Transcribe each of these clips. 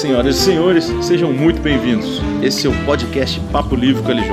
Senhoras e senhores, sejam muito bem-vindos. Esse é o podcast Papo Livre com LJ.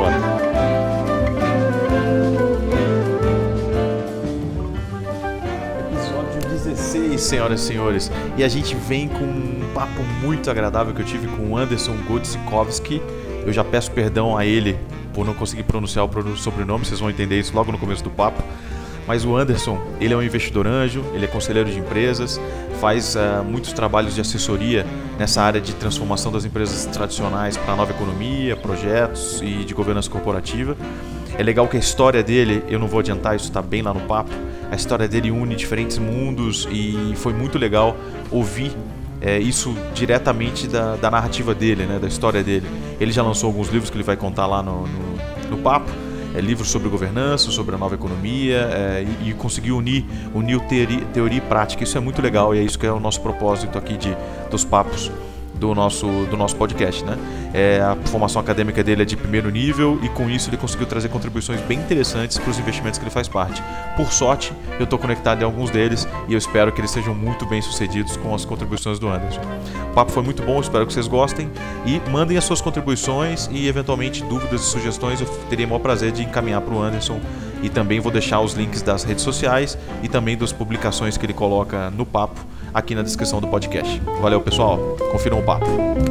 Episódio 16, senhoras e senhores. E a gente vem com um papo muito agradável que eu tive com o Anderson Godzikowski. Eu já peço perdão a ele por não conseguir pronunciar o sobrenome, vocês vão entender isso logo no começo do papo. Mas o Anderson, ele é um investidor anjo, ele é conselheiro de empresas, faz muitos trabalhos de assessoria nessa área de transformação das empresas tradicionais para a nova economia, projetos e de governança corporativa. É legal que a história dele, eu não vou adiantar, isso está bem lá no papo, a história dele une diferentes mundos e foi muito legal ouvir isso diretamente da narrativa dele, né, da história dele. Ele já lançou alguns livros que ele vai contar lá no papo. Livros sobre governança, sobre a nova economia e conseguir unir teoria e prática. Isso é muito legal e é isso que é o nosso propósito aqui dos papos do nosso podcast, né? A formação acadêmica dele é de primeiro nível e com isso ele conseguiu trazer contribuições bem interessantes para os investimentos que ele faz parte. Por sorte, eu estou conectado em alguns deles e eu espero que eles sejam muito bem sucedidos com as contribuições do Anderson. O papo foi muito bom, espero que vocês gostem e mandem as suas contribuições e eventualmente dúvidas e sugestões. Eu teria o maior prazer de encaminhar para o Anderson e também vou deixar os links das redes sociais e também das publicações que ele coloca no papo aqui na descrição do podcast. Valeu, pessoal. Confiram o papo.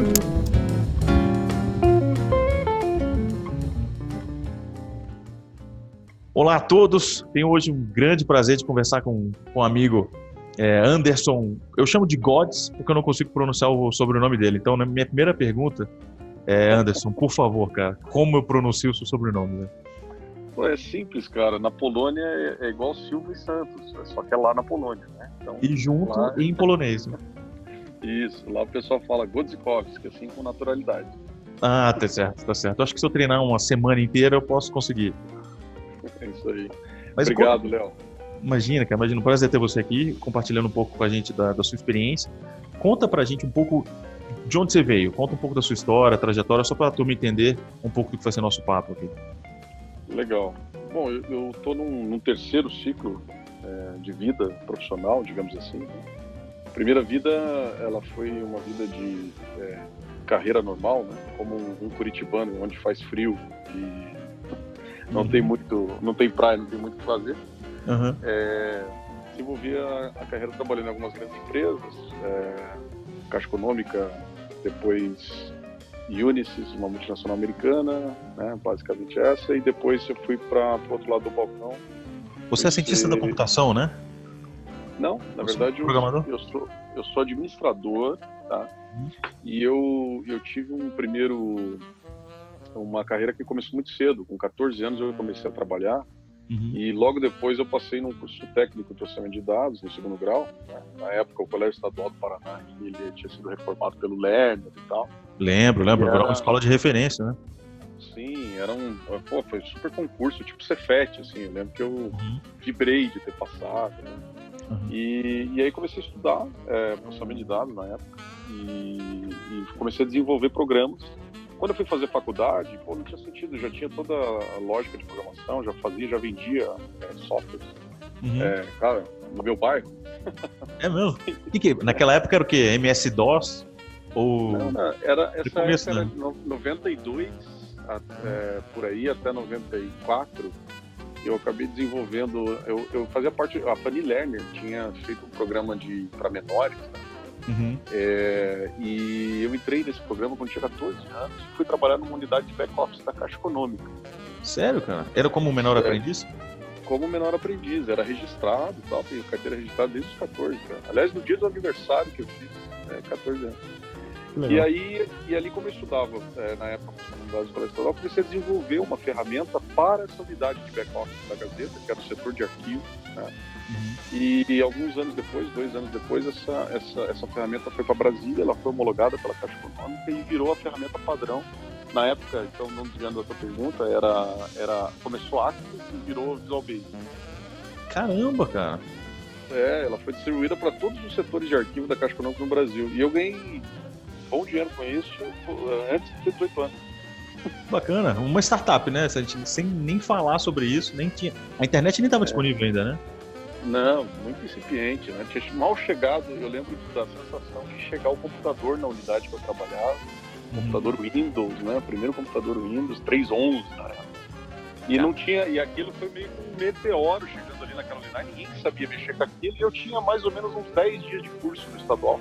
Olá a todos. Tenho hoje um grande prazer de conversar com um amigo, Anderson. Eu chamo de Gods porque eu não consigo pronunciar o sobrenome dele. Então, minha primeira pergunta é, Anderson, por favor, cara, como eu pronuncio o seu sobrenome, né? É simples, cara. Na Polônia é igual Silva e Santos, só que é lá na Polônia, né? Então, e junto lá... em polonês, né? Isso, lá o pessoal fala Godzikowski, assim, com naturalidade. Ah, tá certo, tá certo. Acho que se eu treinar uma semana inteira eu posso conseguir. É isso aí. Mas obrigado, Léo. Imagina, um prazer ter você aqui, compartilhando um pouco com a gente da sua experiência. Conta pra gente um pouco de onde você veio, conta um pouco da sua história, trajetória, só pra turma entender um pouco do que vai ser nosso papo aqui. Legal. Bom, eu estou num terceiro ciclo de vida profissional, digamos assim. A primeira vida, ela foi uma vida de carreira normal, né? Como um curitibano, onde faz frio e não tem praia, não tem muito o que fazer. Uhum. Desenvolvi a carreira trabalhando em algumas grandes empresas, Caixa Econômica, depois Unisys, uma multinacional americana, né, basicamente essa, e depois eu fui para o outro lado do balcão. Você é cientista da computação, né? Não, na verdade eu sou administrador, tá? E eu tive uma carreira que começou muito cedo. Com 14 anos eu comecei a trabalhar. E logo depois eu passei num curso técnico de processamento de dados, no segundo grau, né? Na época o Colégio Estadual do Paraná, ele tinha sido reformado pelo Lerner e tal. Lembro, era uma escola de referência, né? Sim, foi super concurso, tipo Cefet, assim, eu lembro que eu vibrei de ter passado, né? E aí comecei a estudar processamento de dados na época e comecei a desenvolver programas. Quando eu fui fazer faculdade, não tinha sentido, já tinha toda a lógica de programação, já vendia softwares, cara, no meu bairro. É mesmo? Naquela época era o quê? MS-DOS? Ou... Não, era 92, por aí, até 94, eu acabei desenvolvendo, eu fazia parte, a Fanny Lerner tinha feito um programa para menores, né? E eu entrei nesse programa quando tinha 14 anos e fui trabalhar numa unidade de back-office da Caixa Econômica. Sério, cara? Era como menor aprendiz? Como menor aprendiz, era registrado e tal, tenho carteira registrada desde os 14, cara. Aliás, no dia do aniversário que eu fiz, 14 anos. E ali, como eu estudava na época na unidade escolar estadual, comecei a desenvolver uma ferramenta para essa unidade de back-office da Gazeta, que era o setor de arquivo, né? E alguns anos depois, 2 anos depois, essa ferramenta foi para Brasília, ela foi homologada pela Caixa Econômica e virou a ferramenta padrão. Na época, então, não desviando da tua pergunta, começou Axis e virou Visual Basic. Caramba, cara! Ela foi distribuída para todos os setores de arquivo da Caixa Econômica no Brasil. E eu ganhei bom dinheiro com isso antes de ter 18 anos. Bacana, uma startup, né? A gente sem nem falar sobre isso, nem tinha. A internet nem estava disponível ainda, né? Não, muito incipiente, né? Tinha mal chegado, eu lembro da sensação de chegar o computador na unidade que eu trabalhava, computador Windows, né? O primeiro computador Windows, 3.11, né? E não tinha, e aquilo foi meio que um meteoro chegando ali naquela unidade, ninguém sabia mexer com aquilo, e eu tinha mais ou menos uns 10 dias de curso no estadual.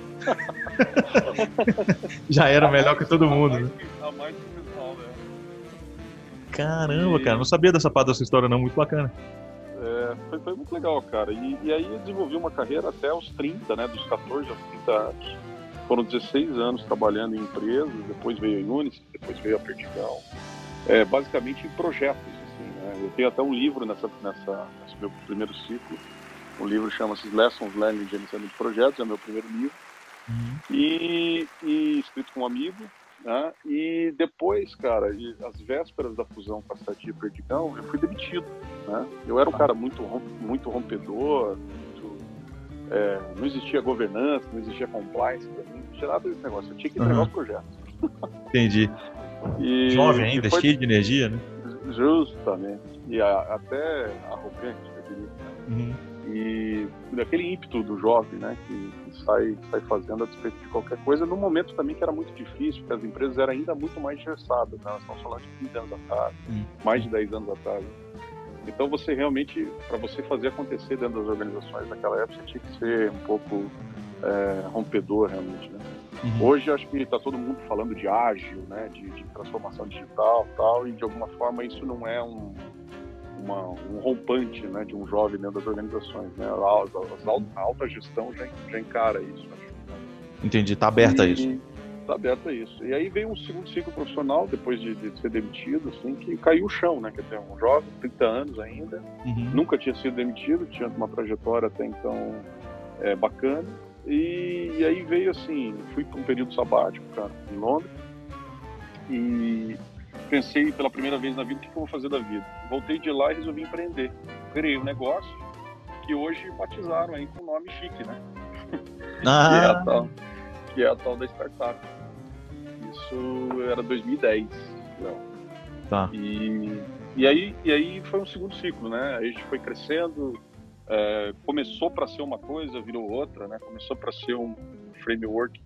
Já era melhor que todo mundo, né? A mais que o pessoal, né? Caramba, cara, não sabia dessa parte dessa história não, muito bacana. Foi muito legal, cara. E aí eu desenvolvi uma carreira até os 30, né? Dos 14 aos 30 anos. Foram 16 anos trabalhando em empresas, depois veio a Unisys, depois veio a Perdigão. Basicamente em projetos, assim, né? Eu tenho até um livro nesse meu primeiro ciclo. O livro chama-se Lessons Learned de Gerenciamento de Projetos, é o meu primeiro livro. E escrito com um amigo, né? E depois, cara, às vésperas da fusão com a Sadia Perdigão, eu fui demitido, né? Eu era um cara muito rompedor, não existia governança, não existia compliance, não existia nada desse negócio, eu tinha que entregar os projetos. Entendi. Jovem ainda, cheio de energia, né? Justamente. E até arrogante, eu diria. E daquele ímpeto do jovem, né, que sai fazendo a despeito de qualquer coisa, num momento também que era muito difícil, porque as empresas eram ainda muito mais engessadas, né? Nós estamos falando de 15 anos atrás, mais de 10 anos atrás. Então você realmente, para você fazer acontecer dentro das organizações naquela época, você tinha que ser um pouco rompedor realmente, né? Hoje acho que está todo mundo falando de ágil, né, de transformação digital e tal, e de alguma forma isso não é um rompante, né, de um jovem dentro das organizações, né? A alta gestão já encara isso. Acho. Entendi, está aberta a isso. Está aberta a isso. E aí veio um segundo ciclo profissional, depois de ser demitido, assim, que caiu o chão, né? Quer dizer, um jovem, 30 anos ainda, nunca tinha sido demitido, tinha uma trajetória até então bacana. E aí veio assim, fui para um período sabático, cara, em Londres, e pensei pela primeira vez na vida, o que eu vou fazer da vida? Voltei de lá e resolvi empreender. Criei um negócio que hoje batizaram aí com o nome chique, né? Que é a tal da startup. Isso era 2010. Tá. E aí foi um segundo ciclo, né? A gente foi crescendo, começou para ser uma coisa, virou outra, né? Começou para ser um framework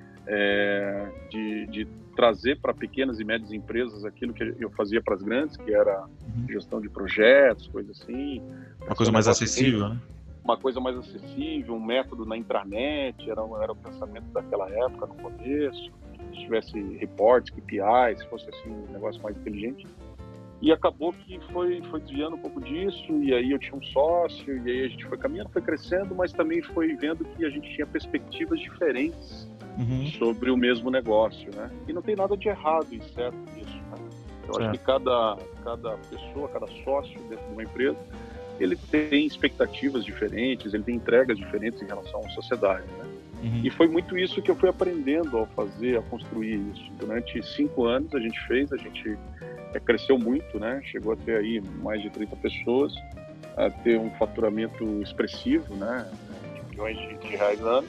de trazer para pequenas e médias empresas aquilo que eu fazia para as grandes, que era gestão de projetos, coisa assim. Uma coisa mais acessível, né? Uma coisa mais acessível, um método na intranet, era o pensamento daquela época, no começo, que tivesse reportes, KPIs, se fosse assim, um negócio mais inteligente. E acabou que foi desviando um pouco disso, e aí eu tinha um sócio, e aí a gente foi caminhando, foi crescendo, mas também foi vendo que a gente tinha perspectivas diferentes sobre o mesmo negócio, né? E não tem nada de errado e certo nisso, né? Eu acho que cada pessoa, cada sócio dentro de uma empresa, ele tem expectativas diferentes, ele tem entregas diferentes em relação à sociedade, né? E foi muito isso que eu fui aprendendo ao fazer, a construir isso. Durante 5 anos a gente cresceu muito, né? Chegou a ter aí mais de 30 pessoas, a ter um faturamento expressivo, né? De milhões de reais ano.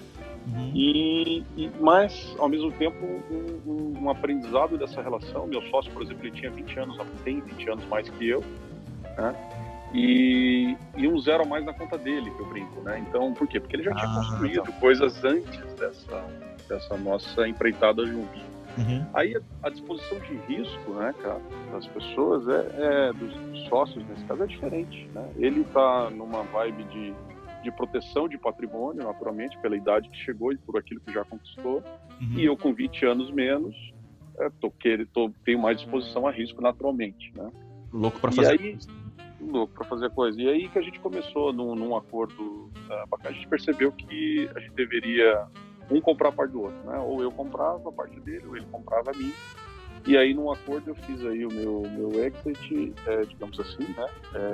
Mas, ao mesmo tempo, um aprendizado dessa relação. Meu sócio, por exemplo, ele tinha 20 anos, tem 20 anos mais que eu, né? E um zero a mais na conta dele, que eu brinco, né? Então, por quê? Porque ele já tinha construído coisas antes dessa nossa empreitada juntos. Aí a disposição de risco, né, cara, das pessoas, dos sócios, nesse caso, é diferente, né? Ele está numa vibe de proteção de patrimônio, naturalmente, pela idade que chegou e por aquilo que já conquistou. E eu, com 20 anos menos, tenho mais disposição a risco, naturalmente, né? Louco para fazer louco para fazer a coisa. E aí que a gente começou num acordo bacana, a gente percebeu que a gente deveria comprar a parte do outro, né? Ou eu comprava a parte dele, ou ele comprava a minha. E aí, num acordo, eu fiz aí o meu exit, digamos assim, né?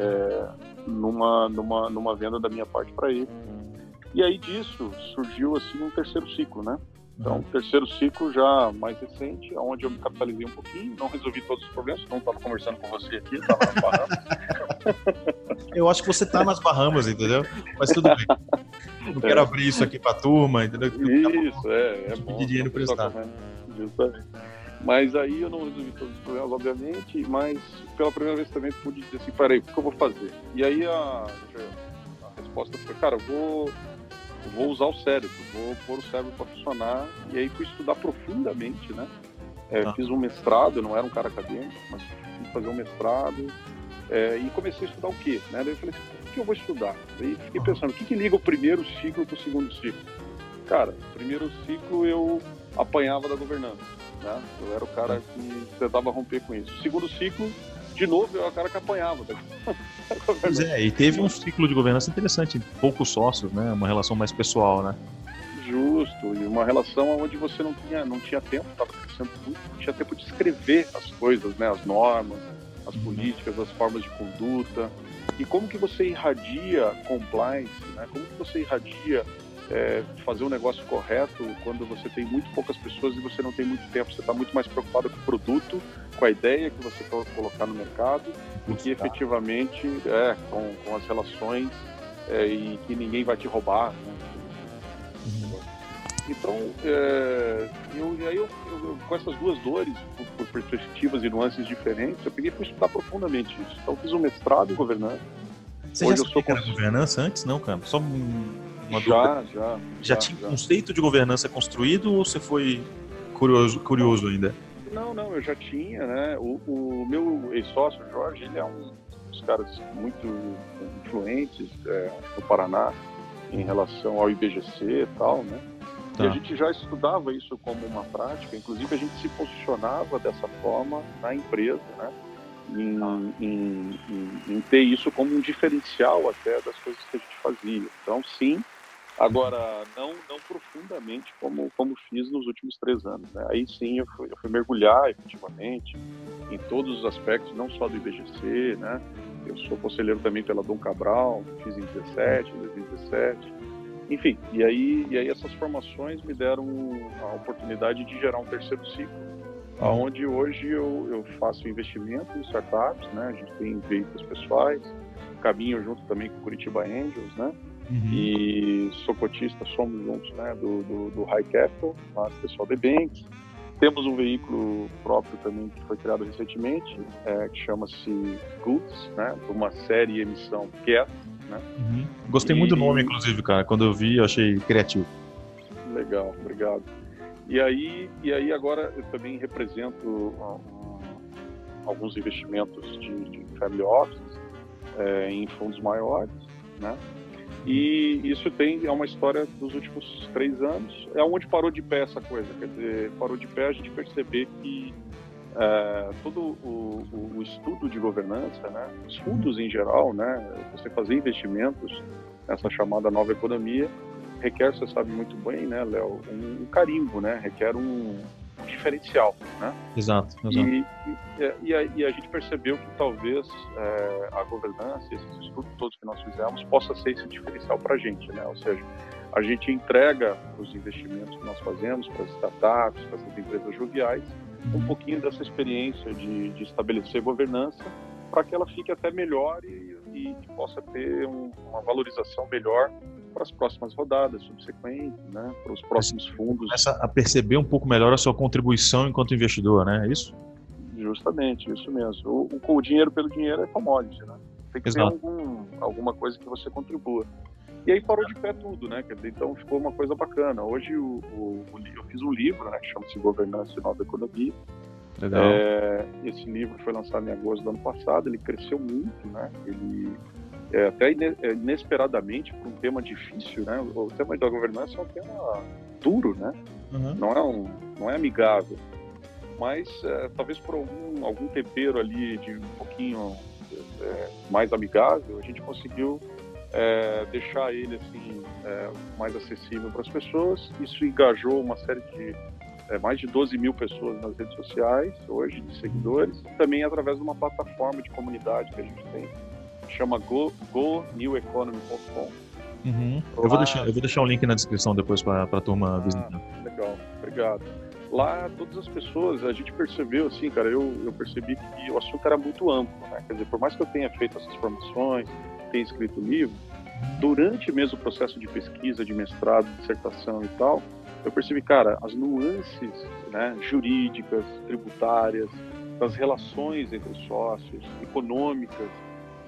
Numa venda da minha parte para ele. E aí disso surgiu assim um terceiro ciclo, né? Então, terceiro ciclo já mais recente, onde eu me capitalizei um pouquinho, não resolvi todos os problemas, não estava conversando com você aqui, estava nas Bahamas. Eu acho que você está nas Bahamas, entendeu? Mas tudo bem. Não quero abrir isso aqui para a turma, entendeu? Isso, é bom. De dinheiro emprestado. Justamente. Mas aí eu não resolvi todos os problemas, obviamente, mas pela primeira vez também pude dizer assim, peraí, o que eu vou fazer? E aí a resposta resposta foi, cara, eu vou usar o cérebro, vou pôr o cérebro para funcionar. E aí fui estudar profundamente, né? Fiz um mestrado, não era um cara acadêmico, mas fui fazer um mestrado. E comecei a estudar o quê? Né? Daí eu falei assim, o que eu vou estudar? Daí fiquei pensando, o que liga o primeiro ciclo com o segundo ciclo? Cara, o primeiro ciclo eu apanhava da governança, né? Eu era o cara que tentava romper com isso. O segundo ciclo, de novo, eu era o cara que apanhava da governança. Pois e teve um ciclo de governança interessante, poucos sócios, né? Uma relação mais pessoal, né? Justo, e uma relação onde você não tinha tempo, estava crescendo muito, não tinha tempo de escrever as coisas, né? As normas, as políticas, as formas de conduta, e como que você irradia compliance, né? Como que você irradia fazer um negócio correto quando você tem muito poucas pessoas e você não tem muito tempo, você está muito mais preocupado com o produto, com a ideia que você quer colocar no mercado, do que efetivamente com as relações e que ninguém vai te roubar, né? Então, eu, com essas duas dores, por perspectivas e nuances diferentes, eu peguei para estudar profundamente isso. Então, fiz um mestrado em governança. Você já sabia que era governança antes? Não, cara? Só uma dúvida. Já tinha um conceito de governança construído ou você foi curioso ainda? Não, eu já tinha, né? O meu ex-sócio, Jorge, ele é um dos caras muito influentes no Paraná em relação ao IBGC e tal, né? E a gente já estudava isso como uma prática, inclusive a gente se posicionava dessa forma na empresa, né? Em ter isso como um diferencial até das coisas que a gente fazia. Então, sim, agora não profundamente como fiz nos últimos 3 anos, né? Aí sim eu fui mergulhar efetivamente em todos os aspectos, não só do IBGC, né? Eu sou conselheiro também pela Dom Cabral, fiz em 2017. Enfim, e aí essas formações me deram a oportunidade de gerar um terceiro ciclo, onde hoje eu faço investimento em startups, né? A gente tem veículos pessoais, caminho junto também com o Curitiba Angels, né? E sou cotista, somos juntos, né? Do High Capital, lá do pessoal da Banks. Temos um veículo próprio também que foi criado recentemente, que chama-se Goods, né? Uma série e emissão Quieto, né? Gostei muito do nome, inclusive, cara. Quando eu vi, eu achei criativo. Legal, obrigado. E aí agora eu também represento alguns investimentos de family offices em fundos maiores, né? E isso é uma história dos últimos 3 anos. É onde parou de pé essa coisa. Quer dizer, parou de pé a gente perceber que todo o estudo de governança, né, os fundos em geral, né, você fazer investimentos nessa chamada nova economia, requer, você sabe muito bem, né, Léo, um carimbo, né, requer um diferencial, né? Exato. E a gente percebeu que talvez a governança, esses estudos todos que nós fizemos, possa ser esse diferencial para a gente, né? Ou seja, a gente entrega os investimentos que nós fazemos para as startups, para essas empresas joviais, um pouquinho dessa experiência de estabelecer governança para que ela fique até melhor e possa ter uma valorização melhor para as próximas rodadas subsequentes, né, para os próximos fundos. Começa a perceber um pouco melhor a sua contribuição enquanto investidor, né? É isso? Justamente, isso mesmo. O dinheiro pelo dinheiro é commodity, né? Tem que ter alguma coisa que você contribua. E aí parou de pé tudo, né? Quer dizer, então ficou uma coisa bacana. Hoje eu fiz um livro, né, que chama-se Governança e Nova Economia. Legal. Esse livro foi lançado em agosto do ano passado, ele cresceu muito, né? Ele até inesperadamente para um tema difícil, né? O tema da governança é um tema duro, né? Não é amigável, mas talvez por algum tempero ali de um pouquinho mais amigável, a gente conseguiu deixar ele assim mais acessível para as pessoas. Isso engajou uma série de mais de 12 mil pessoas nas redes sociais hoje, de seguidores, também através de uma plataforma de comunidade que a gente tem, chama goneweconomy.com. Eu vou deixar um link na descrição depois para a turma visitar. Legal, obrigado. Lá, todas as pessoas, a gente percebeu, assim, cara, eu percebi que o assunto era muito amplo, né? Quer dizer, por mais que eu tenha feito essas formações, tenha escrito livro, durante mesmo o processo de pesquisa, de mestrado, dissertação e tal, eu percebi, cara, as nuances, né, jurídicas, tributárias, das relações entre sócios, econômicas,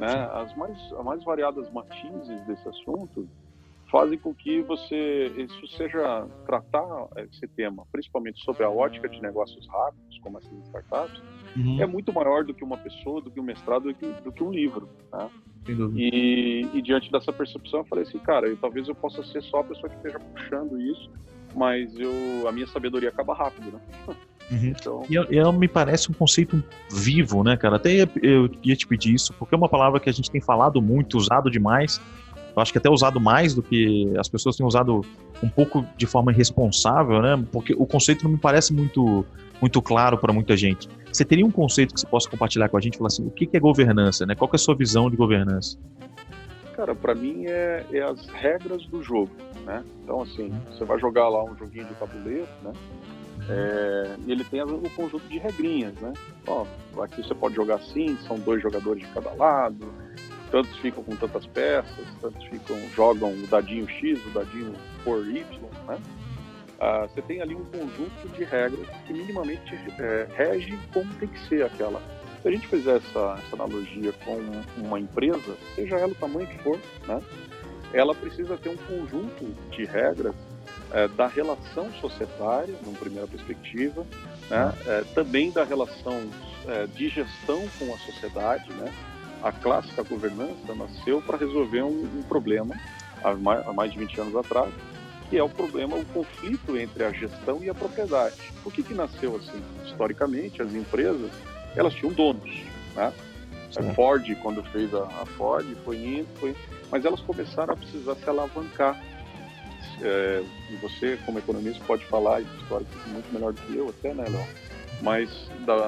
né? As mais variadas matizes desse assunto fazem com que isso seja tratar esse tema, principalmente sobre a ótica de negócios rápidos, como essas startups, é muito maior do que uma pessoa, do que um mestrado, do que um livro, né? E diante dessa percepção eu falei assim, cara, talvez eu possa ser só a pessoa que esteja puxando isso, mas a minha sabedoria acaba rápido, né? Então... E me parece um conceito vivo, né, cara? Até eu ia te pedir isso, porque é uma palavra que a gente tem falado muito, usado demais. Eu acho que até usado mais do que as pessoas têm usado um pouco de forma irresponsável, né? Porque o conceito não me parece muito claro para muita gente. Você teria um conceito que você possa compartilhar com a gente? Falar assim, o que é governança, né? Qual que é a sua visão de governança? Cara, para mim é as regras do jogo, né? Então, assim, você vai jogar lá um joguinho de tabuleiro, né? E ele tem um conjunto de regrinhas, né? Ó, aqui você pode jogar assim, são 2 jogadores de cada lado, tantos ficam com tantas peças, tantos jogam o dadinho X, o dadinho por Y, né? Você tem ali um conjunto de regras que minimamente rege como tem que ser aquela. Se a gente fizer essa analogia com uma empresa, seja ela o tamanho que for, né? Ela precisa ter um conjunto de regras da relação societária, numa primeira perspectiva, né? Também da relação de gestão com a sociedade, né? A clássica governança nasceu para resolver um problema há mais de 20 anos atrás, que é o conflito entre a gestão e a propriedade. Por que nasceu assim? Historicamente, as empresas, elas tinham donos, né? A Ford, quando fez a Ford, mas elas começaram a precisar se alavancar. E você, como economista, pode falar essa história muito melhor do que eu até, né, Léo? Mas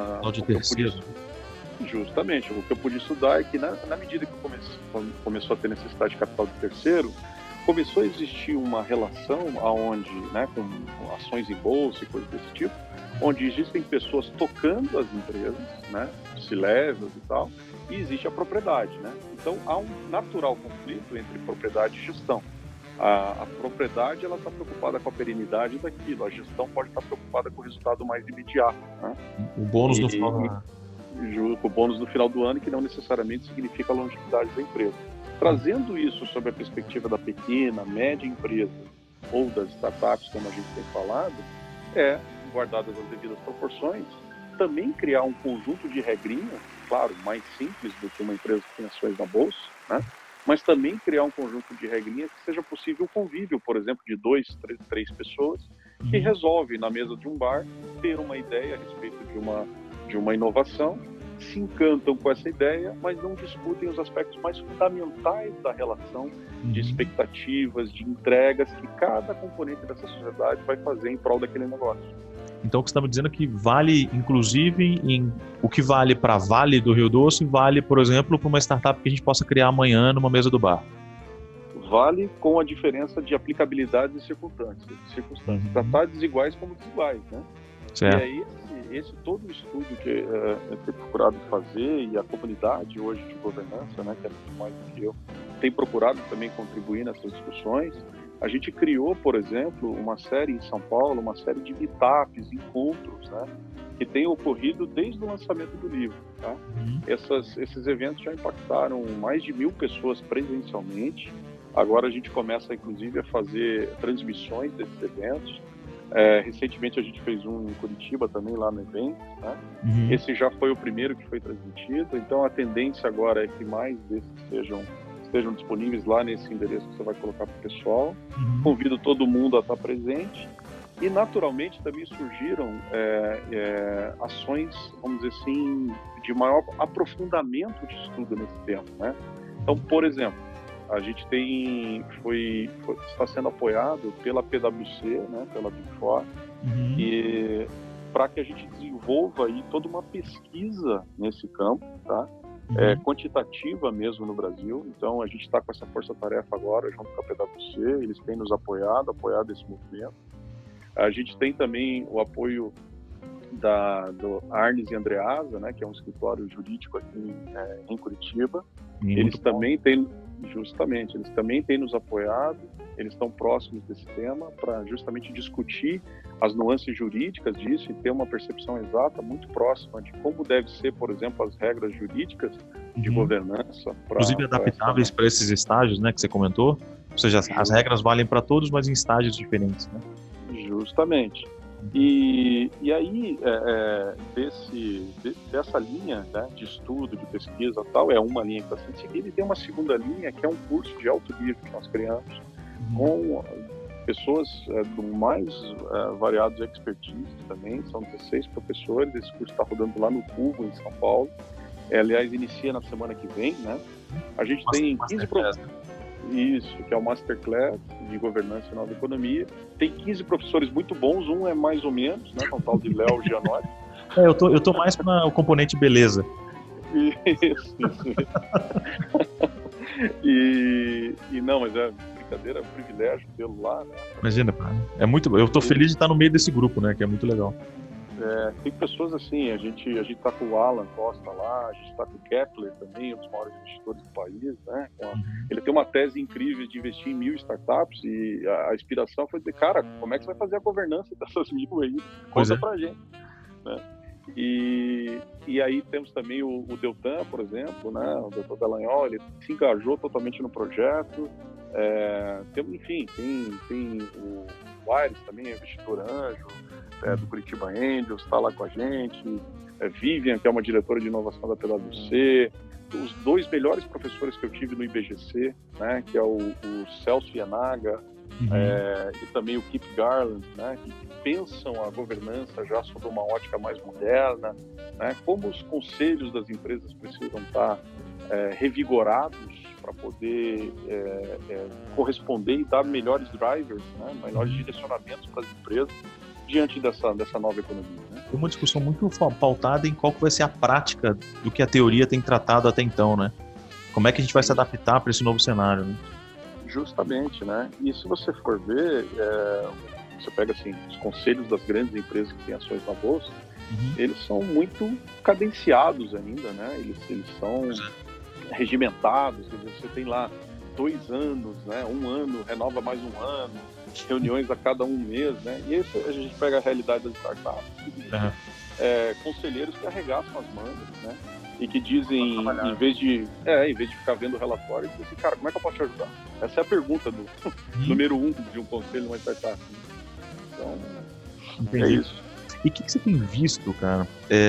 justamente, o que eu pude estudar é que na medida que começou a ter necessidade de capital de terceiro, começou a existir uma relação onde, né, com ações em bolsa e coisas desse tipo, onde existem pessoas tocando as empresas, né, C-levels e tal, e existe a propriedade, né? Então há um natural conflito entre propriedade e gestão. A propriedade, ela está preocupada com a perenidade daquilo, a gestão pode estar preocupada com o resultado mais imediato, né? O bônus no final o bônus no final do ano, que não necessariamente significa a longevidade da empresa. Trazendo isso sob a perspectiva da pequena, média empresa ou das startups, como a gente tem falado, guardadas as devidas proporções, também criar um conjunto de regrinhas, claro, mais simples do que uma empresa que tem ações na bolsa, né? Mas também criar um conjunto de regrinhas que seja possível o convívio, por exemplo, de 2, 3 pessoas que resolvem, na mesa de um bar, ter uma ideia a respeito de uma inovação, se encantam com essa ideia, mas não discutem os aspectos mais fundamentais da relação de expectativas, de entregas que cada componente dessa sociedade vai fazer em prol daquele negócio. Então, o que você está me dizendo é que vale, inclusive, o que vale para a Vale do Rio Doce, vale, por exemplo, para uma startup que a gente possa criar amanhã numa mesa do bar. Vale com a diferença de aplicabilidade e circunstâncias. Tratar desiguais como desiguais, né? Certo. E aí, esse todo o estudo que eu tenho procurado fazer, e a comunidade hoje de governança, né, que é muito mais do que eu, tem procurado também contribuir nessas discussões. A gente criou, por exemplo, uma série em São Paulo, uma série de meetups, encontros, né, que tem ocorrido desde o lançamento do livro. Tá? Esses eventos já impactaram mais de 1.000 pessoas presencialmente. Agora a gente começa, inclusive, a fazer transmissões desses eventos. Recentemente a gente fez um em Curitiba também, lá no evento, né? Esse já foi o primeiro que foi transmitido, então a tendência agora é que mais desses estejam disponíveis lá nesse endereço que você vai colocar para o pessoal. Convido todo mundo a estar presente e naturalmente também surgiram ações, vamos dizer assim, de maior aprofundamento de estudo nesse tema, né? Então, por exemplo, a gente está sendo apoiado pela PwC, né, pela Big Four, e para que a gente desenvolva aí toda uma pesquisa nesse campo, tá? Quantitativa mesmo no Brasil. Então a gente está com essa força-tarefa agora junto com a PwC, eles têm nos apoiado esse movimento. A gente tem também o apoio do Arnes e Andreasa, né, que é um escritório jurídico aqui em Curitiba. Eles também têm nos apoiado. eles estão próximos desse tema para justamente discutir as nuances jurídicas disso e ter uma percepção exata muito próxima de como deve ser, por exemplo, as regras jurídicas de governança. Inclusive adaptáveis para esses estágios, né, que você comentou. Ou seja, as regras valem para todos, mas em estágios diferentes, né? Justamente. E aí, dessa linha, né, de estudo, de pesquisa tal, é uma linha que está sendo seguida, e tem uma segunda linha, que é um curso de alto nível que nós criamos, com pessoas do mais variados expertise também, são 16 professores, esse curso está rodando lá no Cubo, em São Paulo, aliás, inicia na semana que vem, né? A gente tem 15 professores. Isso, que é o Masterclass de Governança e Nova Economia. Tem 15 professores muito bons, um é mais ou menos, né, com o tal de Léo Gianotti. Eu tô mais para o componente beleza. Isso. E não, mas é brincadeira, é um privilégio tê-lo lá, né? Imagina, eu tô feliz de estar no meio desse grupo, né, que é muito legal. Tem pessoas assim, a gente tá com o Alan Costa lá, a gente tá com o Kepler também, um dos maiores investidores do país, né? Ele tem uma tese incrível de investir em 1.000 startups e a inspiração foi dizer, cara, como é que você vai fazer a governança dessas 1.000 aí? Conta pra gente, né? E aí temos também o Deltan, por exemplo, né? O Dr. Dallagnol, ele se engajou totalmente no projeto. Enfim, tem o Aires também, é investidor anjo, do Curitiba Angels, está lá com a gente. Vivian, que é uma diretora de inovação da PwC. Os dois melhores professores que eu tive no IBGC, né? Que é o Celso Yanaga e também o Kip Garland, né? Que pensam a governança já sob uma ótica mais moderna, né? Como os conselhos das empresas precisam estar revigorados para poder corresponder e dar melhores drivers, né? Melhores direcionamentos para as empresas diante dessa nova economia, né? Tem uma discussão muito pautada em qual que vai ser a prática do que a teoria tem tratado até então, né? Como é que a gente vai se adaptar para esse novo cenário, né? Justamente, né? E se você for ver, você pega assim, os conselhos das grandes empresas que têm ações na bolsa, eles são muito cadenciados ainda, né? Eles são regimentados, quer dizer, você tem lá 2 anos, né? 1 ano, renova mais 1 ano, reuniões a cada 1 mês, né? E aí a gente pega a realidade das startups, conselheiros que arregaçam as mangas, né? E que dizem, em vez de ficar vendo o relatório, dizem assim, cara, como é que eu posso te ajudar? Essa é a pergunta do número 1 de um conselho numa startup. Então, entendi. É isso. E o que você tem visto, cara?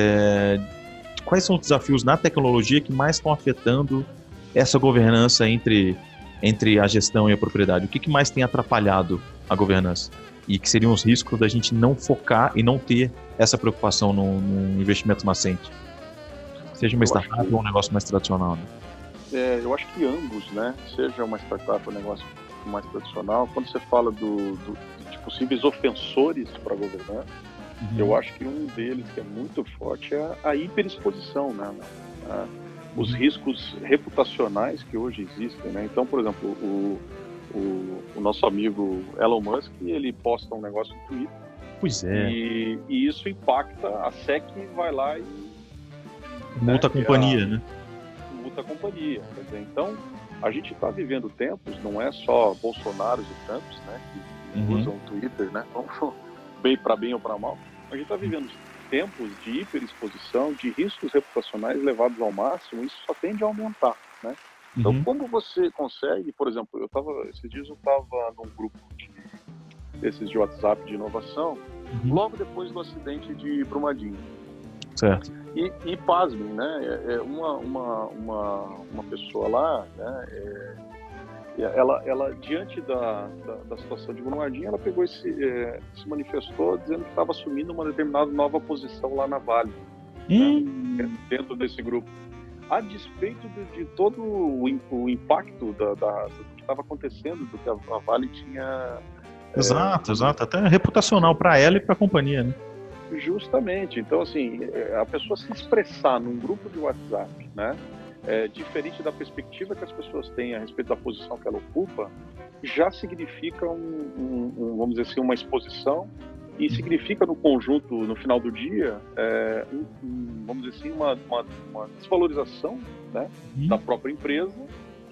Quais são os desafios na tecnologia que mais estão afetando essa governança entre a gestão e a propriedade? O que mais tem atrapalhado a governança? E que seriam os riscos da gente não focar e não ter essa preocupação no investimento nascente? Seja uma startup ou um negócio mais tradicional, né? Eu acho que ambos, né? Seja uma startup ou um negócio mais tradicional, quando você fala de possíveis ofensores para a governança, eu acho que um deles que é muito forte é a hiperexposição, né? Os riscos reputacionais que hoje existem, né? Então, por exemplo, o nosso amigo Elon Musk, ele posta um negócio no Twitter. Pois é. E isso impacta, a SEC vai lá e multa a companhia, né? Multa a companhia. Quer dizer, então, a gente está vivendo tempos, não é só Bolsonaro e Trumps, né, que usam o Twitter, né, bem ou para mal. A gente está vivendo tempos de hiperexposição, de riscos reputacionais levados ao máximo, e isso só tende a aumentar, né? Então, como você consegue, por exemplo, esses dias eu estava num grupo desses de WhatsApp de inovação, logo depois do acidente de Brumadinho. Certo. E pasmem, né? Uma pessoa lá, né? Ela diante da situação de Brumadinho, ela pegou se manifestou dizendo que estava assumindo uma determinada nova posição lá na Vale, né? Dentro desse grupo, a despeito de todo o impacto do que estava acontecendo, do que a Vale tinha. Exato. Até reputacional para ela e para a companhia, né? Justamente. Então, assim, a pessoa se expressar num grupo de WhatsApp, né, diferente da perspectiva que as pessoas têm a respeito da posição que ela ocupa, já significa vamos dizer assim, uma exposição, e significa no conjunto, no final do dia, vamos dizer assim, uma desvalorização, né, da própria empresa,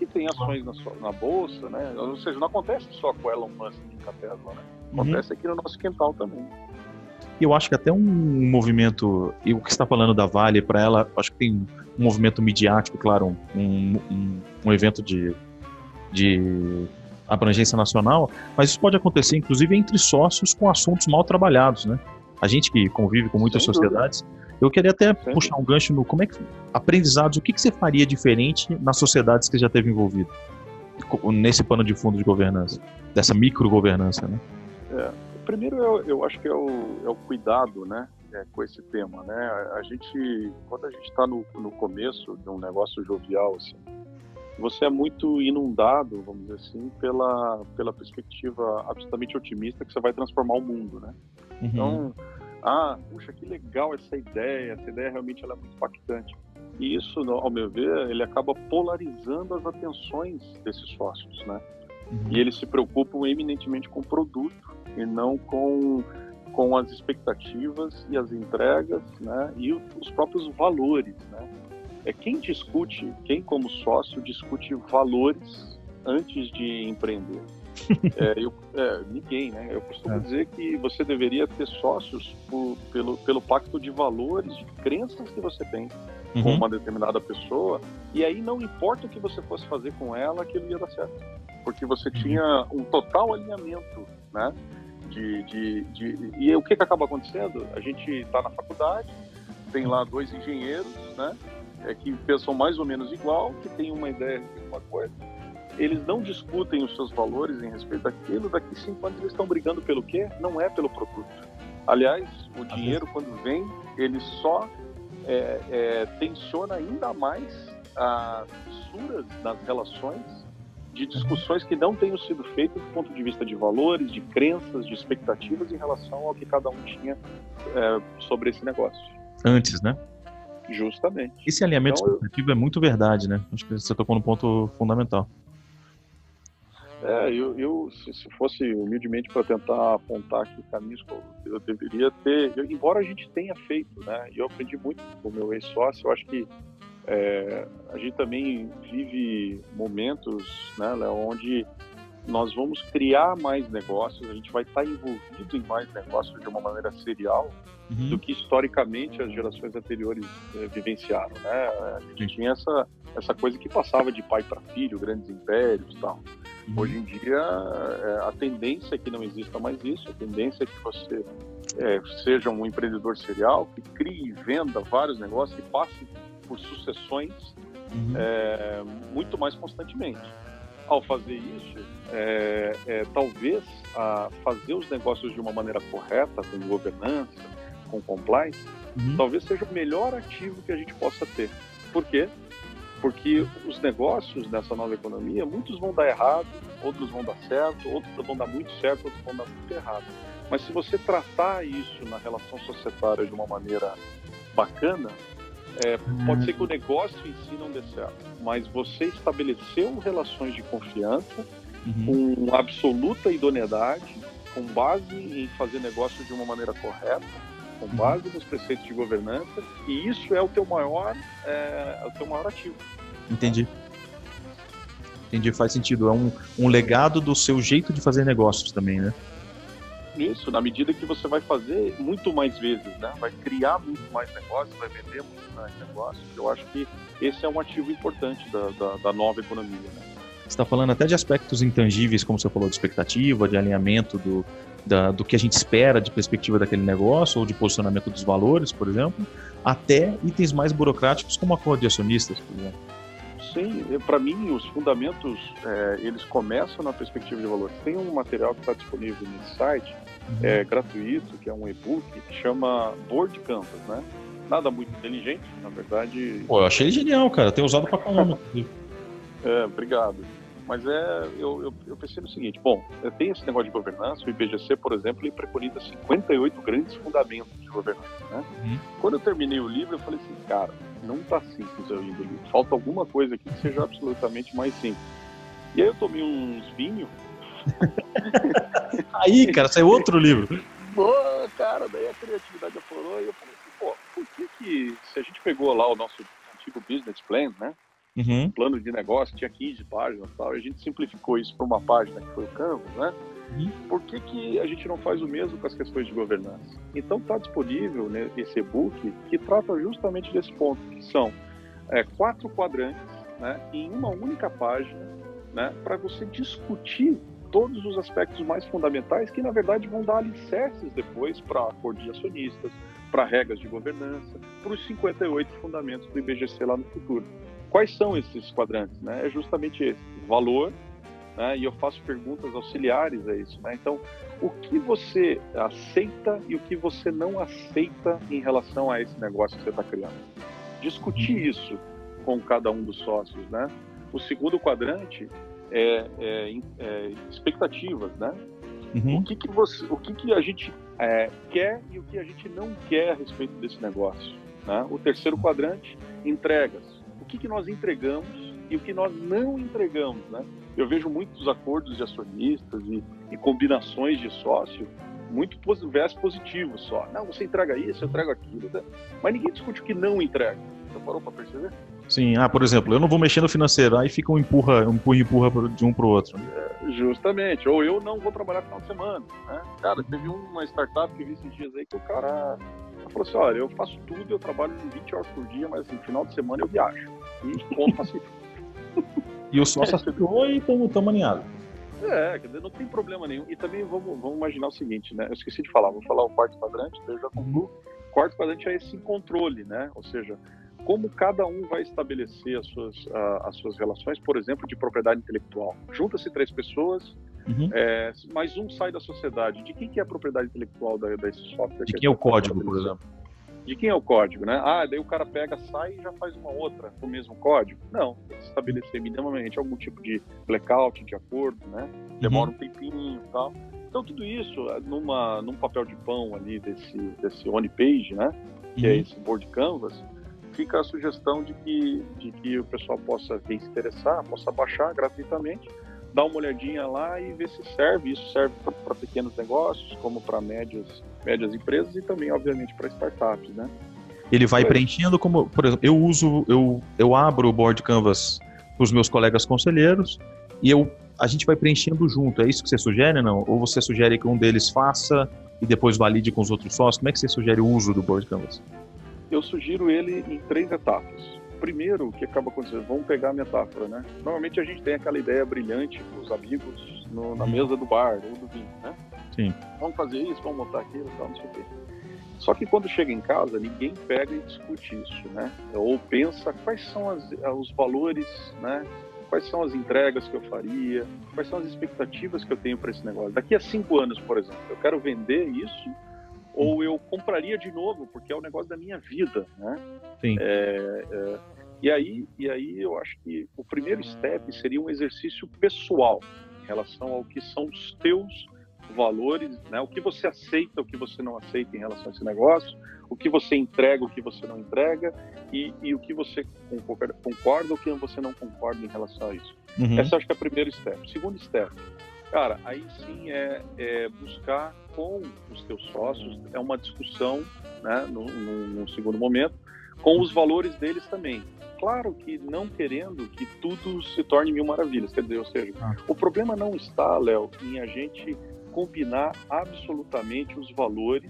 que tem ações na bolsa, né? Ou seja, não acontece só com o Elon Musk e com a Tesla, né? Acontece aqui no nosso quintal também. Eu acho que até um movimento, e o que você está falando da Vale, para ela, acho que tem um movimento midiático, claro, um evento de abrangência nacional, mas isso pode acontecer, inclusive, entre sócios com assuntos mal trabalhados, né? A gente que convive com muitas sociedades, eu queria até puxar um gancho no como é que aprendizados, o que você faria diferente nas sociedades que você já teve envolvido nesse pano de fundo de governança, dessa microgovernança, né? Primeiro, eu acho que é o cuidado, né, com esse tema, né? Quando a gente está no começo de um negócio jovial, assim, você é muito inundado, vamos dizer assim, pela perspectiva absolutamente otimista que você vai transformar o mundo, né? Então, puxa, que legal essa ideia realmente ela é muito impactante. E isso, ao meu ver, ele acaba polarizando as atenções desses sócios, né? E eles se preocupam eminentemente com o produto e não com as expectativas e as entregas, né? E os próprios valores, né? Quem como sócio discute valores antes de empreender? Ninguém, né? Eu costumo dizer que você deveria ter sócios pelo pacto de valores, de crenças que você tem com uma determinada pessoa, e aí não importa o que você fosse fazer com ela, aquilo ia dar certo, porque você tinha um total alinhamento, né? E o que acaba acontecendo? A gente está na faculdade, tem lá 2 engenheiros, né? Que pensam mais ou menos igual, que tem uma ideia de uma coisa. Eles não discutem os seus valores em respeito daquilo. Daqui 5 anos eles estão brigando pelo quê? Não é pelo produto. Aliás, o dinheiro, quando vem, ele só tensiona ainda mais as fissuras nas relações de discussões que não tenham sido feitas do ponto de vista de valores, de crenças, de expectativas em relação ao que cada um tinha sobre esse negócio. Antes, né? Justamente. Esse alinhamento expectativo é muito verdade, né? Acho que você tocou no ponto fundamental. Se fosse humildemente para tentar apontar aqui caminhos que eu deveria ter, embora a gente tenha feito, né? E eu aprendi muito com o meu ex-sócio, eu acho que a gente também vive momentos, né, Léo, onde nós vamos criar mais negócios, a gente vai estar envolvido em mais negócios de uma maneira serial do que historicamente as gerações anteriores vivenciaram, né? A gente tinha essa coisa que passava de pai para filho, grandes impérios e tal. Hoje em dia, a tendência é que não exista mais isso, a tendência é que você seja um empreendedor serial, que crie e venda vários negócios, que passe por sucessões muito mais constantemente. Ao fazer isso, talvez fazer os negócios de uma maneira correta, com governança, com compliance, talvez seja o melhor ativo que a gente possa ter. Por quê? Porque os negócios nessa nova economia, muitos vão dar errado, outros vão dar certo, outros vão dar muito certo, outros vão dar muito errado. Mas se você tratar isso na relação societária de uma maneira bacana, pode ser que o negócio em si não dê certo, mas você estabeleceu relações de confiança com absoluta idoneidade, com base em fazer negócio de uma maneira correta, com base nos preceitos de governança, e isso é o teu maior ativo. Entendi, faz sentido. É um legado do seu jeito de fazer negócios também, né? Isso, na medida que você vai fazer muito mais vezes, né? Vai criar muito mais negócios, vai vender muito mais negócios. Eu acho que esse é um ativo importante da nova economia, né? Você está falando até de aspectos intangíveis, como você falou, de expectativa, de alinhamento do que a gente espera de perspectiva daquele negócio, ou de posicionamento dos valores, por exemplo, até itens mais burocráticos, como acordo de acionistas, por exemplo. Sim, para mim, os fundamentos, eles começam na perspectiva de valores. Tem um material que está disponível nesse site, gratuito, que é um e-book, que chama Board Canvas, né? Nada muito inteligente, na verdade. Pô, eu achei genial, cara. Eu tenho usado pra caramba. Obrigado. Mas eu pensei no seguinte, tem esse negócio de governança, o IBGC, por exemplo, ele preconiza 58 grandes fundamentos de governança, né? Quando eu terminei o livro, eu falei assim, cara, não tá simples eu indo ali, falta alguma coisa aqui que seja absolutamente mais simples. E aí eu tomei uns vinhos. Aí, cara, saiu outro livro. Cara, daí a criatividade aflorou e eu falei assim, por que se a gente pegou lá o nosso antigo business plan, né? Uhum. Plano de negócio tinha 15 páginas e tal, e a gente simplificou isso para uma página que foi o Canvas, né? Por que a gente não faz o mesmo com as questões de governança? Então está disponível, né, esse e-book que trata justamente desse ponto, que são 4 quadrantes, né, em uma única página, né, para você discutir todos os aspectos mais fundamentais que, na verdade, vão dar alicerces depois para acordos de acionistas, para regras de governança, para os 58 fundamentos do IBGC lá no futuro. Quais são esses quadrantes? Né? É justamente esse, valor, né? E eu faço perguntas auxiliares a isso. Né? Então, o que você aceita e o que você não aceita em relação a esse negócio que você está criando? Discutir isso com cada um dos sócios. Né? O segundo quadrante é expectativas. Né? Uhum. O que a gente quer e o que a gente não quer a respeito desse negócio. Né? O terceiro quadrante, entregas. O que nós entregamos e o que nós não entregamos, né? Eu vejo muitos acordos de acionistas e combinações de sócio muito viés positivos só. Não, você entrega isso, eu entrego aquilo. Né? Mas ninguém discute o que não entrega. Você parou para perceber? Sim, por exemplo, eu não vou mexer no financeiro, aí fica um empurra de um para o outro. Justamente, ou eu não vou trabalhar no final de semana. Né? Cara, teve uma startup que eu vi esses dias aí que o cara falou assim, olha, eu faço tudo, eu trabalho 20 horas por dia, mas no final de semana eu viajo. E ponto pacífico. E o sócio aceitou e estamos alinhados. Quer dizer, não tem problema nenhum. E também vamos imaginar o seguinte, né? Eu esqueci de falar, vou falar o quarto quadrante, daí eu já concluo. O quarto quadrante é esse controle, né? Ou seja, como cada um vai estabelecer as suas relações, por exemplo, de propriedade intelectual. Junta-se 3 pessoas, mais um sai da sociedade. De quem que é a propriedade intelectual desse software? De quem é o código, por exemplo? De quem é o código, né? Daí o cara pega, sai e já faz uma outra com o mesmo código? Não, tem que estabelecer minimamente algum tipo de blackout, de acordo, né? Demora um tempinho e tal. Então tudo isso, num papel de pão ali desse on-page, né? Que é esse board canvas, fica a sugestão de que o pessoal possa, quem se interessar, possa baixar gratuitamente, dar uma olhadinha lá e ver se serve. Isso serve para pequenos negócios, como para médias empresas e também, obviamente, para startups, né? Ele vai preenchendo como, por exemplo, eu abro o Board Canvas para os meus colegas conselheiros e a gente vai preenchendo junto. É isso que você sugere, não? Ou você sugere que um deles faça e depois valide com os outros sócios? Como é que você sugere o uso do Board Canvas? Eu sugiro ele em 3 etapas. Primeiro, o que acaba acontecendo? Vamos pegar a metáfora, né? Normalmente a gente tem aquela ideia brilhante com os amigos na mesa do bar ou do vinho, né? Sim. Vamos fazer isso, vamos montar aquilo, tal, não sei o quê. Só que quando chega em casa, ninguém pega e discute isso, né? Ou pensa quais são os valores, né? Quais são as entregas que eu faria, quais são as expectativas que eu tenho para esse negócio. Daqui a 5 anos, por exemplo, eu quero vender isso ou eu compraria de novo, porque é o negócio da minha vida, né? Sim. E aí eu acho que o primeiro step seria um exercício pessoal em relação ao que são os teus valores, né? O que você aceita, o que você não aceita em relação a esse negócio, o que você entrega, o que você não entrega e o que você concorda, o que você não concorda em relação a isso. Essa acho que é o primeiro step. Segundo step, cara, aí sim é buscar com os teus sócios, é uma discussão, né, num segundo momento, com os valores deles também. Claro que não querendo que tudo se torne mil maravilhas, quer dizer, ou seja, o problema não está, Léo, em a gente combinar absolutamente os valores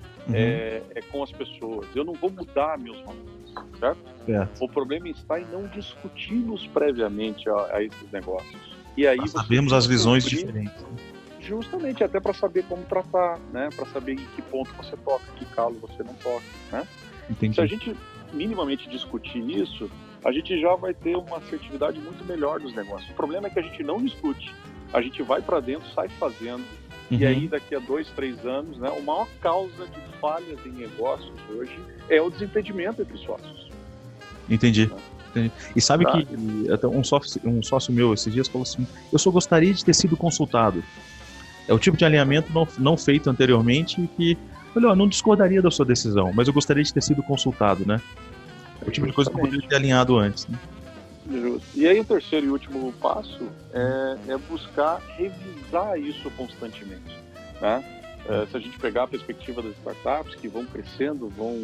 com as pessoas. Eu não vou mudar meus valores, certo? O problema está em não discuti-los previamente a esses negócios. E aí sabemos as visões diferentes. Justamente, até para saber como tratar, né? Para saber em que ponto você toca, que calo você não toca, né? Entendi. Se a gente minimamente discutir isso, a gente já vai ter uma assertividade muito melhor dos negócios. O problema é que a gente não discute. A gente vai para dentro, sai fazendo, e aí daqui a 2, 3 anos, né? A maior causa de falhas em negócios hoje é o desentendimento entre sócios. Entendi. E sabe que até um sócio meu esses dias falou assim, eu só gostaria de ter sido consultado. É o tipo de alinhamento não feito anteriormente que, olha, não discordaria da sua decisão, mas eu gostaria de ter sido consultado, né? É o tipo de coisa que eu poderia ter alinhado antes, né? Justo. E aí o terceiro e último passo é buscar revisar isso constantemente, né? Se a gente pegar a perspectiva das startups que vão crescendo, vão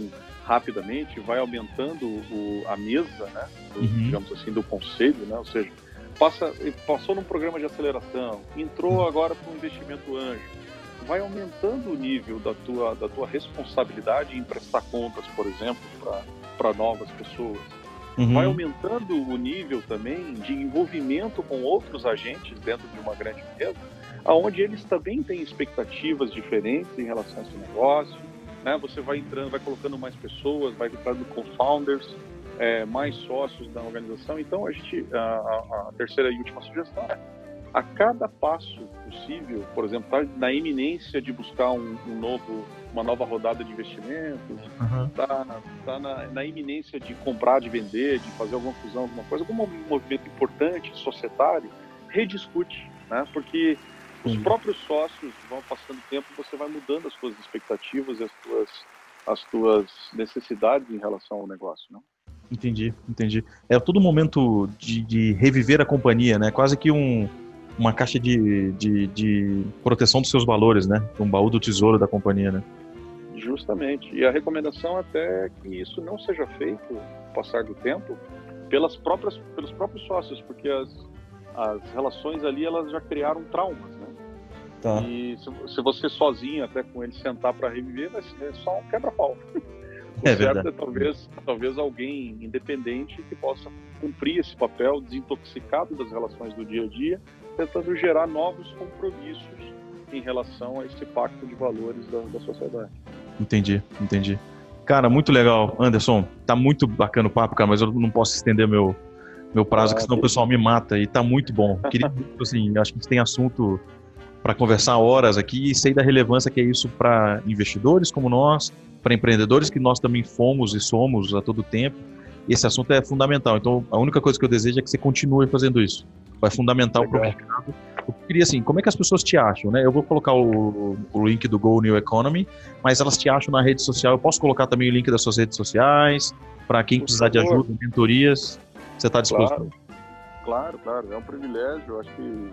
rapidamente, vai aumentando a mesa, né, digamos assim, do conselho, né, ou seja, passou num programa de aceleração, entrou agora para um investimento anjo, vai aumentando o nível da tua responsabilidade em prestar contas, por exemplo, para novas pessoas. Vai aumentando o nível também de envolvimento com outros agentes dentro de uma grande empresa, onde eles também têm expectativas diferentes em relação a esse negócio, né? Você vai entrando, vai colocando mais pessoas, vai entrando co-founders, mais sócios da organização. Então, a terceira e última sugestão é, a cada passo possível, por exemplo, tá na iminência de buscar uma nova rodada de investimentos, tá na iminência de comprar, de vender, de fazer alguma fusão, alguma coisa, algum movimento importante, societário, rediscute, né? Porque os próprios sócios vão passando tempo, você vai mudando as suas expectativas e as tuas necessidades em relação ao negócio, né? Entendi. É todo momento de reviver a companhia, né? Quase que uma caixa de proteção dos seus valores, né? Um baú do tesouro da companhia, né? Justamente. E a recomendação até é que isso não seja feito, com o passar do tempo, pelos próprios sócios, porque as relações ali, elas já criaram traumas, né? Tá. E se você sozinho, até com ele, sentar para reviver, vai ser só um quebra-pau. O certo é talvez alguém independente que possa cumprir esse papel desintoxicado das relações do dia a dia, tentando gerar novos compromissos em relação a esse pacto de valores da sociedade. Entendi. Cara, muito legal. Anderson, tá muito bacana o papo, cara, mas eu não posso estender meu prazo, porque senão o pessoal me mata, e tá muito bom. Queria, assim, acho que a gente tem assunto para conversar horas aqui e sei da relevância que é isso para investidores como nós, para empreendedores que nós também fomos e somos a todo tempo. Esse assunto é fundamental. Então, a única coisa que eu desejo é que você continue fazendo isso. Vai fundamental para o mercado. Eu queria, assim, como é que as pessoas te acham, né? Eu vou colocar o link do Go New Economy, mas elas te acham na rede social. Eu posso colocar também o link das suas redes sociais, para quem precisar de ajuda, mentorias. Você está disposto? Claro. É um privilégio. Eu acho que,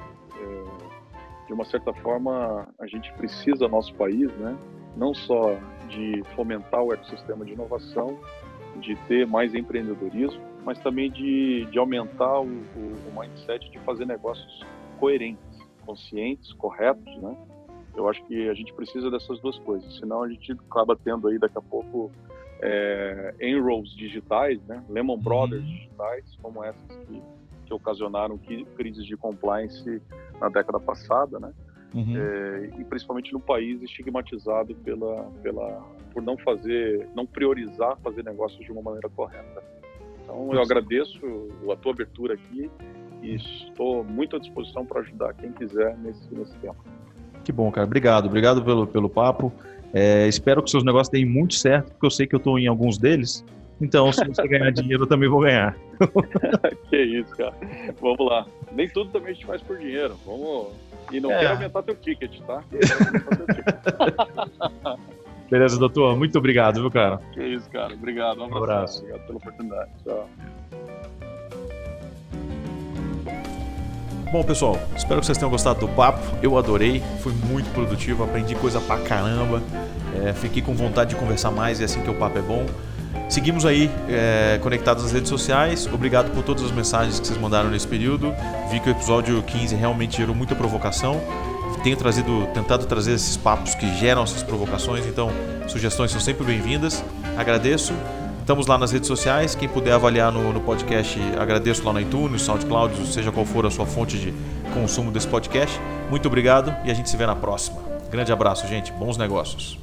de uma certa forma, a gente precisa, nosso país, né? Não só de fomentar o ecossistema de inovação, de ter mais empreendedorismo, mas também de aumentar o mindset de fazer negócios coerentes, conscientes, corretos, né? Eu acho que a gente precisa dessas duas coisas, senão a gente acaba tendo aí daqui a pouco Enrolls digitais, né? Lehman Brothers digitais, como essas que ocasionaram crises de compliance na década passada, né? E principalmente no país estigmatizado por não priorizar fazer negócios de uma maneira correta. Então eu agradeço a tua abertura aqui e estou muito à disposição para ajudar quem quiser nesse tempo. Que bom, cara. Obrigado pelo papo. Espero que seus negócios deem muito certo, porque eu sei que eu estou em alguns deles. Então, se você ganhar dinheiro, eu também vou ganhar. Que isso, cara. Vamos lá. Nem tudo também a gente faz por dinheiro. Vamos... E não quero aumentar teu ticket, tá? Beleza, doutor. Muito obrigado, viu, cara? Que isso, cara. Obrigado. Um abraço. Obrigado pela oportunidade. Tchau. Bom, pessoal, espero que vocês tenham gostado do papo. Eu adorei, foi muito produtivo, aprendi coisa pra caramba. Fiquei com vontade de conversar mais, e assim que o papo é bom. Seguimos aí conectados nas redes sociais. Obrigado por todas as mensagens que vocês mandaram nesse período. Vi que o episódio 15 realmente gerou muita provocação. Tenho tentado trazer esses papos que geram essas provocações, então sugestões são sempre bem-vindas. Agradeço. Estamos lá nas redes sociais. Quem puder avaliar no podcast, agradeço lá no iTunes, SoundCloud, seja qual for a sua fonte de consumo desse podcast. Muito obrigado e a gente se vê na próxima. Grande abraço, gente. Bons negócios.